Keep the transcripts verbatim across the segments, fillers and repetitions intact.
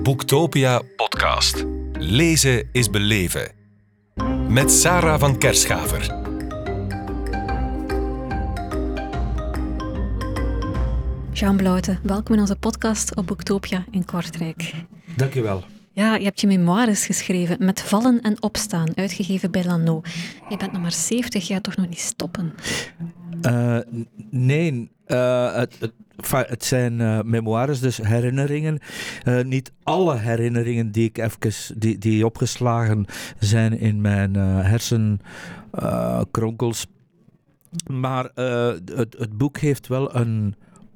Boektopia podcast. Lezen is beleven. Met Sarah van Kerschaver. Jean Blauwte, welkom in onze podcast op Boektopia in Kortrijk. Dank je wel. Ja, je hebt je memoires geschreven, Met vallen en opstaan, uitgegeven bij Lano. Je bent nog maar zeventig, je gaat toch nog niet stoppen? Uh, nee, uh, het, het, het zijn uh, memoires, dus herinneringen. Uh, niet alle herinneringen die ik even, die, die opgeslagen zijn in mijn uh, hersenkronkels. Uh, maar uh, het, het boek heeft wel een,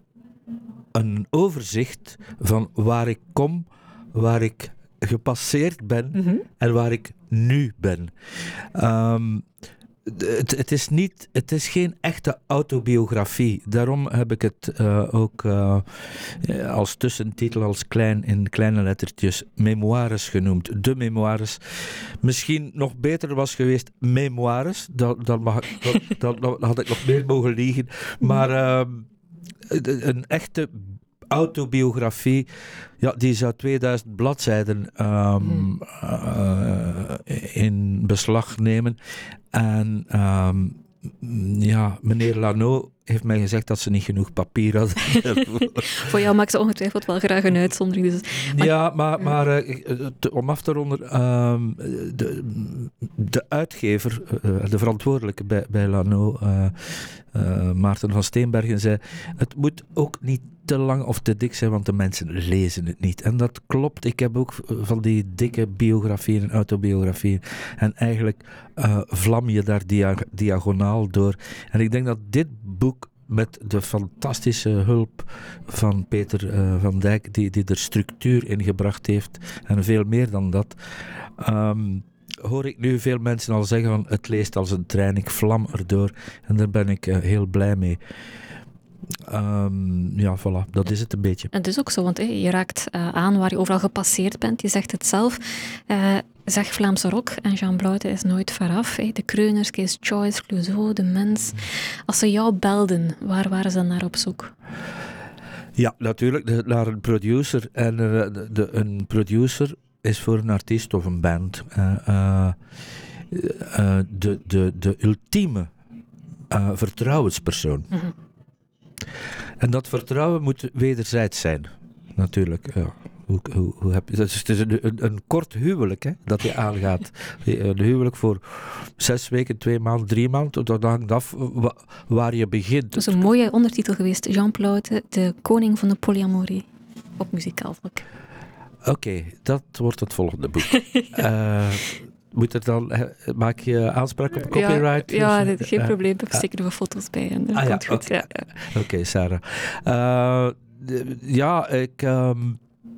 een overzicht van waar ik kom, waar ik gepasseerd ben mm-hmm. en waar ik nu ben. Um, het, het, is niet, het is geen echte autobiografie. Daarom heb ik het uh, ook uh, als tussentitel, als klein in kleine lettertjes, memoires genoemd. De memoires. Misschien nog beter was geweest memoires. Dan, dan, mag ik, dan, dan had ik nog meer mogen liegen. Maar uh, een echte autobiografie, ja, die zou tweeduizend bladzijden um, uh, in beslag nemen. En um, ja, meneer Lano heeft mij gezegd dat ze niet genoeg papier hadden. Voor jou maakt ze ongetwijfeld wel graag een uitzondering. Dus. Maar, ja, maar, maar uh, te, om af te ronden, um, de, de uitgever, uh, de verantwoordelijke bij, bij Lano, uh, uh, Maarten van Steenbergen, zei, het moet ook niet te lang of te dik zijn, want de mensen lezen het niet. En dat klopt. Ik heb ook van die dikke biografieën en autobiografieën. En eigenlijk uh, vlam je daar dia- diagonaal door. En ik denk dat dit boek met de fantastische hulp van Peter uh, van Dijk, die, die er structuur in gebracht heeft, en veel meer dan dat, um, hoor ik nu veel mensen al zeggen van het leest als een trein, ik vlam erdoor. En daar ben ik uh, heel blij mee. Um, ja, voilà, dat is het een beetje. En het is ook zo, want hey, je raakt uh, aan waar je overal gepasseerd bent. Je zegt het zelf. Uh, zeg Vlaamse rock en Jean Blauwte is nooit veraf. Hey. De Kreuners, Kees Choice, Clouseau, De Mens. Als ze jou belden, waar waren ze dan naar op zoek? Ja, natuurlijk, de, naar een producer. En uh, de, de, een producer is voor een artiest of een band uh, uh, uh, de, de, de ultieme uh, vertrouwenspersoon. Mm-hmm. En dat vertrouwen moet wederzijds zijn, natuurlijk. Ja. Hoe, hoe, hoe heb je, dat is, het is een, een, een kort huwelijk hè, dat je aangaat. Een huwelijk voor zes weken, twee maanden, drie maanden. Dat hangt af waar je begint. Dat is een mooie ondertitel geweest. Jean Blauwte, de koning van de polyamorie. Op muzikaal vlak. Oké, okay, dat wordt het volgende boek. uh, Moet er dan, maak je aanspraak op copyright? Ja, ja geen uh, probleem. Ik steek er nog foto's bij en dat ah, komt ja, goed. Oké, okay. ja, ja. okay, Sarah. Uh, de, ja, ik... Um,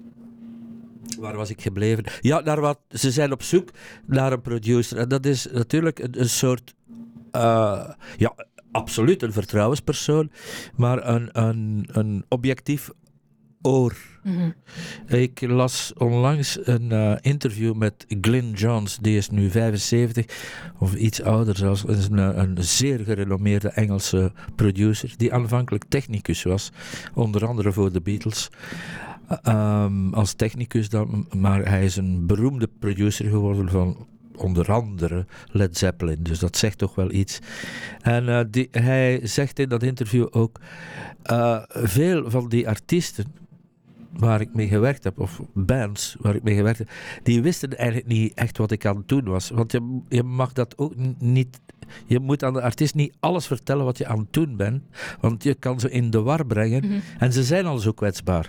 waar was ik gebleven? Ja, naar wat, ze zijn op zoek naar een producer. En dat is natuurlijk een, een soort... Uh, ja, absoluut een vertrouwenspersoon. Maar een, een, een objectief oor. Mm-hmm. Ik las onlangs een uh, interview met Glyn Johns, die is nu vijfenzeventig, of iets ouder zelfs, is een, een zeer gerenommeerde Engelse producer, die aanvankelijk technicus was, onder andere voor de Beatles. Um, als technicus dan, maar hij is een beroemde producer geworden van onder andere Led Zeppelin, dus dat zegt toch wel iets. En uh, die, hij zegt in dat interview ook, uh, veel van die artiesten waar ik mee gewerkt heb, of bands waar ik mee gewerkt heb, die wisten eigenlijk niet echt wat ik aan het doen was. Want je, je mag dat ook n- niet... Je moet aan de artiest niet alles vertellen wat je aan het doen bent, want je kan ze in de war brengen. Mm-hmm. En ze zijn al zo kwetsbaar.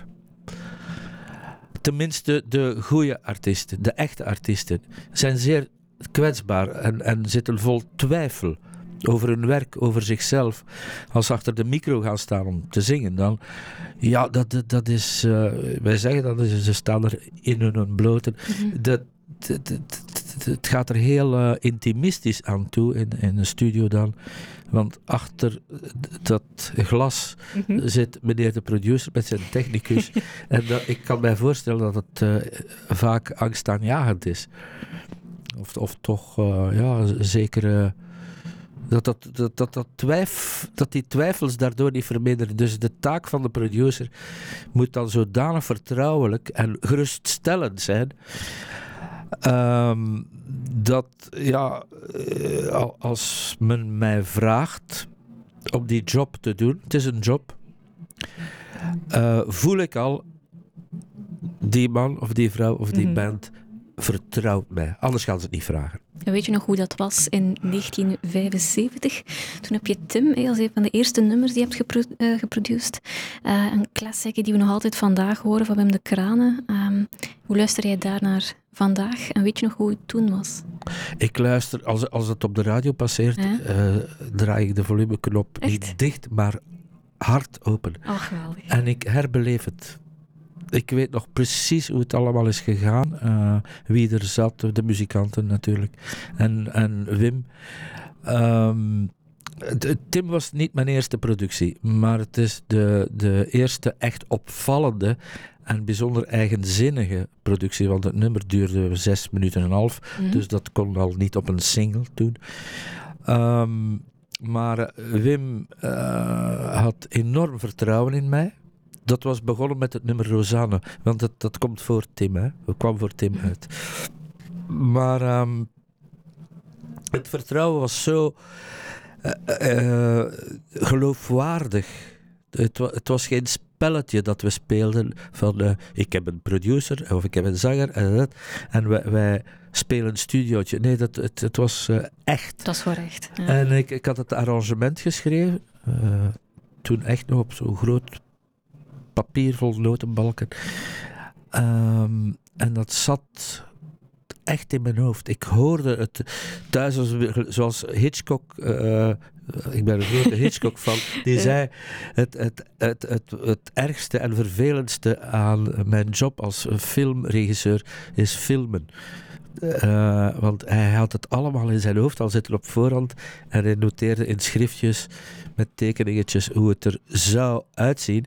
Tenminste, de goede artiesten, de echte artiesten, zijn zeer kwetsbaar en, en zitten vol twijfel over hun werk, over zichzelf. Als ze achter de micro gaan staan om te zingen, dan... Ja, dat, dat, dat is... Uh, wij zeggen dat, ze staan er in hun blote. Mm-hmm. Dat, dat, dat, dat, het gaat er heel uh, intimistisch aan toe in, in een studio dan. Want achter dat glas mm-hmm. zit meneer de producer met zijn technicus. En dat, ik kan mij voorstellen dat het uh, vaak angstaanjagend is. Of, of toch, uh, ja, zeker... Uh, Dat, dat, dat, dat, dat, twijf, dat die twijfels daardoor niet verminderen. Dus de taak van de producer moet dan zodanig vertrouwelijk en geruststellend zijn. Um, dat, ja, uh, als men mij vraagt om die job te doen, het is een job, uh, voel ik al, die man of die vrouw of die mm-hmm. band vertrouwt mij. Anders gaan ze het niet vragen. En weet je nog hoe dat was in negentien vijfenzeventig? Toen heb je Tim, als een van de eerste nummers die je hebt gepro- uh, geproduceerd. Uh, een klassieker die we nog altijd vandaag horen van Wim de Kranen. Um, hoe luister jij daarnaar vandaag? En weet je nog hoe het toen was? Ik luister, als, als het op de radio passeert, ja? uh, draai ik de volumeknop Echt? niet dicht, maar hard open. Oh, geweldig. En ik herbeleef het. Ik weet nog precies hoe het allemaal is gegaan. Uh, wie er zat, de muzikanten natuurlijk. En, en Wim. Um, t- Tim was niet mijn eerste productie, maar het is de, de eerste echt opvallende en bijzonder eigenzinnige productie, want het nummer duurde zes minuten en een half, mm-hmm. dus dat kon al niet op een single doen. Um, maar uh, Wim uh, had enorm vertrouwen in mij. Dat was begonnen met het nummer Rosanne, want dat, dat komt voor Tim, hè. Dat kwam voor Tim uit. Maar um, het vertrouwen was zo uh, uh, geloofwaardig. Het, wa- het was geen spelletje dat we speelden van uh, ik heb een producer of ik heb een zanger en dat en wij, wij spelen een studiootje. Nee, dat, het, het was uh, echt. Dat is voor echt. Ja. En ik, ik had het arrangement geschreven, uh, toen echt nog op zo'n groot papier vol notenbalken. Um, en dat zat echt in mijn hoofd. Ik hoorde het thuis, zoals Hitchcock, uh, ik ben een grote Hitchcock-fan, die zei, het, het, het, het, het ergste en vervelendste aan mijn job als filmregisseur is filmen. Uh, want hij had het allemaal in zijn hoofd al zitten op voorhand en hij noteerde in schriftjes met tekeningetjes hoe het er zou uitzien.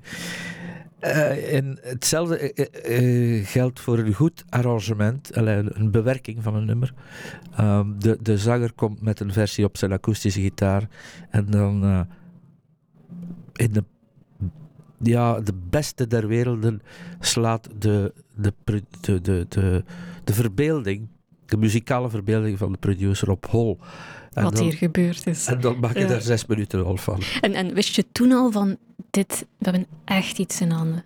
Uh, en hetzelfde uh, uh, geldt voor een goed arrangement, uh, een bewerking van een nummer. Um, de, de zanger komt met een versie op zijn akoestische gitaar en dan uh, in de, ja, de beste der werelden slaat de, de, de, de, de, de verbeelding, de muzikale verbeelding van de producer op hol. En Wat dan, hier gebeurd is. En dan maak je ja. daar zes minuten al van. En, en wist je toen al van, dit, we hebben echt iets in handen?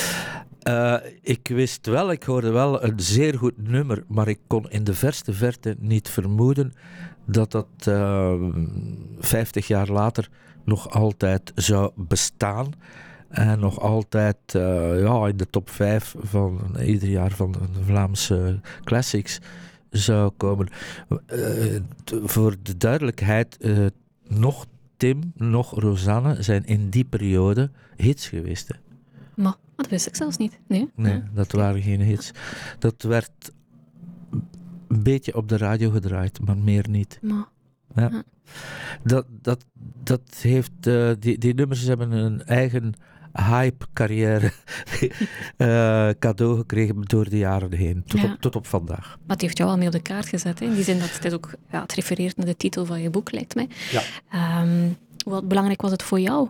Uh, ik wist wel, ik hoorde wel een zeer goed nummer, maar ik kon in de verste verte niet vermoeden dat dat uh, vijftig jaar later nog altijd zou bestaan. En nog altijd uh, ja, in de top vijf van ieder jaar van de Vlaamse classics zou komen. Uh, t- voor de duidelijkheid, uh, nog Tim, nog Rosanne zijn in die periode hits geweest. Hè. Maar, dat wist ik zelfs niet. Nee, Nee, ja. dat waren geen hits. Dat werd een beetje op de radio gedraaid, maar meer niet. Maar, Ja. ja. Dat, dat, dat heeft, uh, die, die nummers hebben een eigen hype-carrière uh, cadeau gekregen door de jaren heen, tot, Ja. op, tot op vandaag. Maar het heeft jou al mee op de kaart gezet. Hè? In die zin dat het is ook, ja, het refereert naar de titel van je boek, lijkt mij. Ja. Um, wat belangrijk was het voor jou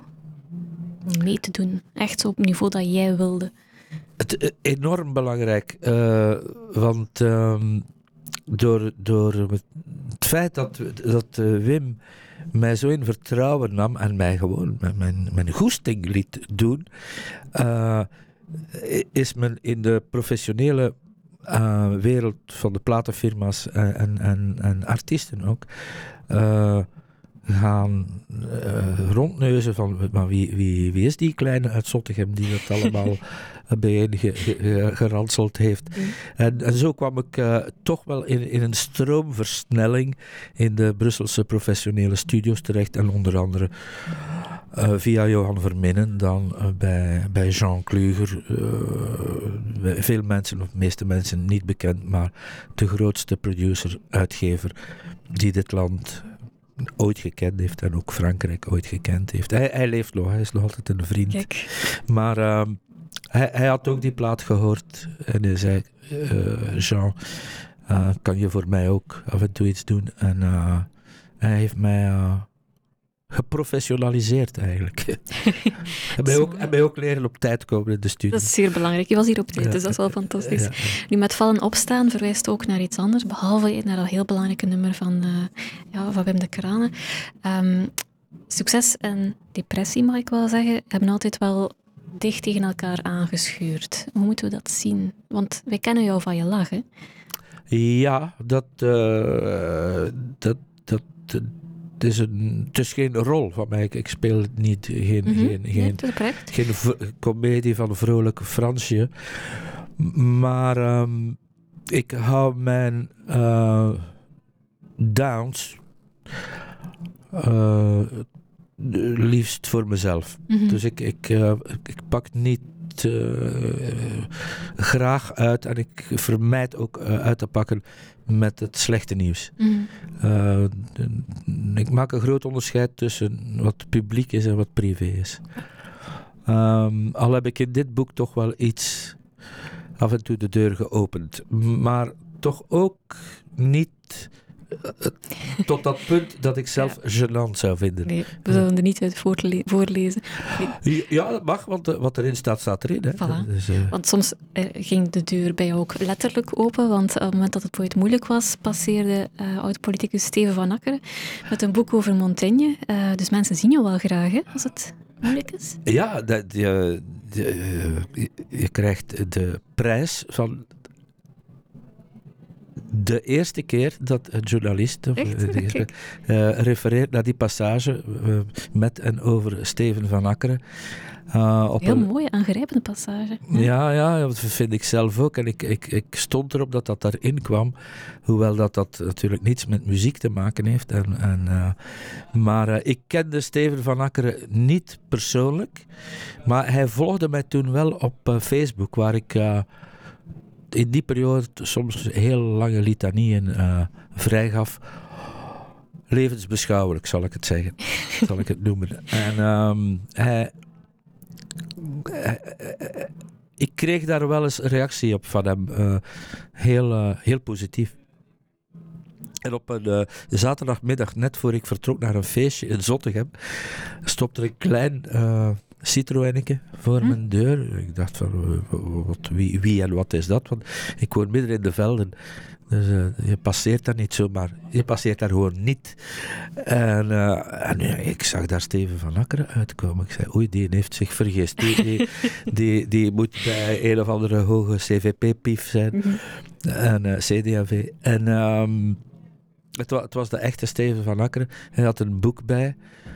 om mee te doen? Echt zo op het niveau dat jij wilde. Het, uh, enorm belangrijk, uh, want um, door, door het feit dat, dat uh, Wim mij zo in vertrouwen nam en mij gewoon mijn, mijn goesting liet doen, uh, is men in de professionele uh, wereld van de platenfirma's uh, en, en, en artiesten ook uh, gaan uh, rondneuzen van maar wie, wie, wie is die kleine uit Zottegem die dat allemaal bijeen ge, ge, geranseld heeft. Mm. En, en zo kwam ik uh, toch wel in, in een stroomversnelling in de Brusselse professionele studio's terecht en onder andere uh, via Johan Verminnen dan uh, bij, bij Jean Kluger. Uh, veel mensen, of de meeste mensen niet bekend, maar de grootste producer, uitgever die dit land ooit gekend heeft en ook Frankrijk ooit gekend heeft. Hij, hij leeft nog, hij is nog altijd een vriend. Kijk. Maar uh, hij, hij had ook die plaat gehoord en hij zei, uh, Jean, uh, kan je voor mij ook af en toe iets doen? En uh, hij heeft mij uh, geprofessionaliseerd eigenlijk. en, mij ook, en mij ook leren op tijd komen in de studie. Dat is zeer belangrijk. Je was hier op tijd, Ja. dus dat is wel fantastisch. Ja, ja. Nu, met vallen opstaan verwijst ook naar iets anders, behalve naar dat heel belangrijke nummer van, uh, ja, van Wim de Kranen. Um, succes en depressie, mag ik wel zeggen, hebben altijd wel dicht tegen elkaar aangeschuurd. Hoe moeten we dat zien? Want wij kennen jou van je lach, hè? Ja, dat, uh, dat, dat, dat is een, het is geen rol van mij. Ik, ik speel niet, geen, Mm-hmm. geen, Nee, geen, geen v- komedie van een vrolijke Fransje. Maar um, ik hou mijn uh, downs uh, liefst voor mezelf. Mm-hmm. Dus ik, ik, uh, ik pak niet uh, graag uit en ik vermijd ook uh, uit te pakken met het slechte nieuws. Mm-hmm. Uh, ik maak een groot onderscheid tussen wat publiek is en wat privé is. Um, al heb ik in dit boek toch wel iets af en toe de deur geopend. Maar toch ook niet uh, tot dat punt dat ik zelf ja. gênant zou vinden. Nee, we zullen er niet uit voorle- voorlezen. Nee. Ja, dat mag, want uh, wat erin staat, staat erin. Hè. Voilà. Dus, uh, want soms uh, ging de deur bij jou ook letterlijk open, want op het moment dat het ooit moeilijk was, passeerde uh, oud-politicus Steven van Akkeren met een boek over Montaigne. Uh, dus mensen zien jou wel graag, hè, als het moeilijk is. Ja, dat, je, je, je krijgt de prijs van de eerste keer dat een journalist of, Echt? uh, uh, refereert naar die passage uh, met en over Steven van Akkeren. Uh, op Heel een, mooie, aangrijpende passage. Ja, ja, dat vind ik zelf ook. En ik, ik, ik stond erop dat dat daarin kwam. Hoewel dat, dat natuurlijk niets met muziek te maken heeft. En, en, uh, maar uh, ik kende Steven van Akkeren niet persoonlijk. Maar hij volgde mij toen wel op uh, Facebook, waar ik uh, in die periode soms heel lange litanieën uh, vrijgaf. Levensbeschouwelijk, zal ik het zeggen. zal ik het noemen. En um, hij... Ik kreeg daar wel eens reactie op van hem. Uh, heel, uh, heel positief. En op een uh, zaterdagmiddag, net voor ik vertrok naar een feestje in Zottegem, stopte er een klein uh, Citroënnetje voor hm? mijn deur. Ik dacht van, uh, wat, wie, wie en wat is dat? Want ik woon midden in de velden. Dus uh, je passeert daar niet zomaar. Je passeert daar gewoon niet. En, uh, en ja, ik zag daar Steven van Akkeren uitkomen. Ik zei, oei, die heeft zich vergist. Die, die, die, die moet bij een of andere hoge C V P-pief zijn. Mm-hmm. En uh, C D A V. En um, het, wa- het was de echte Steven van Akkeren. Hij had een boek bij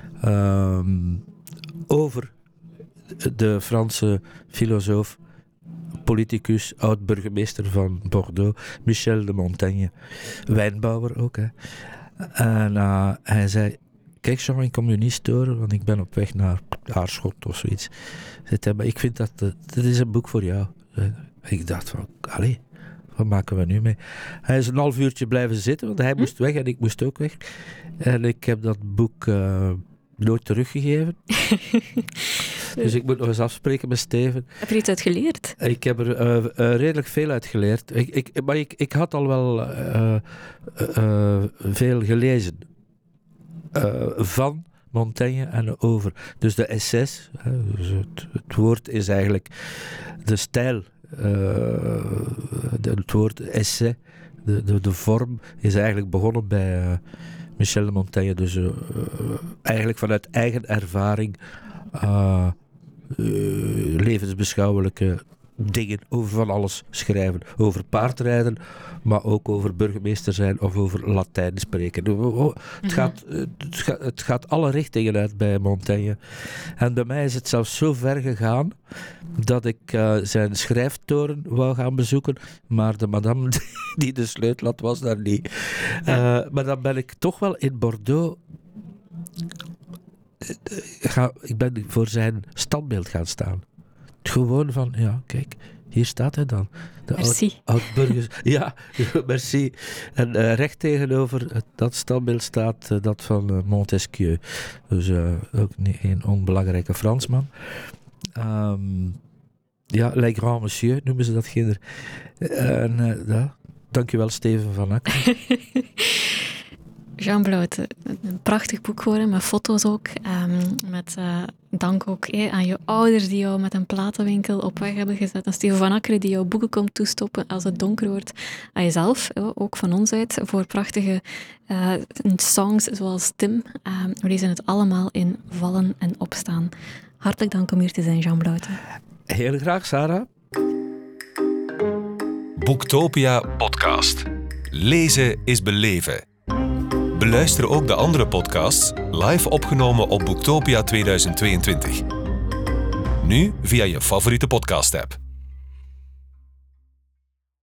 um, over de Franse filosoof, politicus, oud-burgemeester van Bordeaux, Michel de Montaigne, wijnbouwer ook. Hè. En uh, hij zei, kijk Jean, ik kom je niet storen, want ik ben op weg naar Aarschot of zoiets. Zei, maar ik vind dat, uh, dit is een boek voor jou. Ik dacht van, allee, wat maken we nu mee? Hij is een half uurtje blijven zitten, want hij hm? moest weg en ik moest ook weg. En ik heb dat boek uh, nooit teruggegeven. Dus ik moet nog eens afspreken met Steven. Heb je iets uit geleerd? Ik heb er uh, uh, redelijk veel uit geleerd. Ik, ik, maar ik, ik had al wel uh, uh, veel gelezen. Uh, van Montaigne en over. Dus de essays. Uh, dus het, het woord is eigenlijk de stijl. Uh, de, het woord essay. De, de, de vorm is eigenlijk begonnen bij uh, Michel de Montaigne. Dus uh, uh, eigenlijk vanuit eigen ervaring. Uh, Uh, levensbeschouwelijke dingen over van alles schrijven. Over paardrijden, maar ook over burgemeester zijn of over Latijn spreken. Oh, oh, het, mm-hmm. gaat, het, gaat, het gaat alle richtingen uit bij Montaigne. En bij mij is het zelfs zo ver gegaan dat ik uh, zijn schrijftoren wou gaan bezoeken, maar de madame die de sleutel had was daar niet. Uh, maar dan ben ik toch wel in Bordeaux... Ga, ik ben voor zijn standbeeld gaan staan. Gewoon van, ja, kijk, hier staat hij dan. De merci. Oud, oud-burgers. Ja, merci. En uh, recht tegenover het, dat standbeeld staat uh, dat van uh, Montesquieu. Dus uh, ook niet, geen onbelangrijke Fransman. Um, ja, Le Grand Monsieur noemen ze dat ginder. En uh, ja, dankjewel Steven van Akkeren. Jean Blouten, een prachtig boek geworden, met foto's ook. Um, met uh, dank ook eh, aan je ouders die jou met een platenwinkel op weg hebben gezet. En Steven van Akkeren die jouw boeken komt toestoppen als het donker wordt. Aan jezelf, eh, ook van ons uit, voor prachtige uh, songs zoals Tim. Um, we lezen het allemaal in Vallen en Opstaan. Hartelijk dank om hier te zijn, Jean Blouten. Heel graag, Sarah. Boektopia podcast. Lezen is beleven. Beluister ook de andere podcasts live opgenomen op Boektopia tweeduizend tweeëntwintig. Nu via je favoriete podcast-app.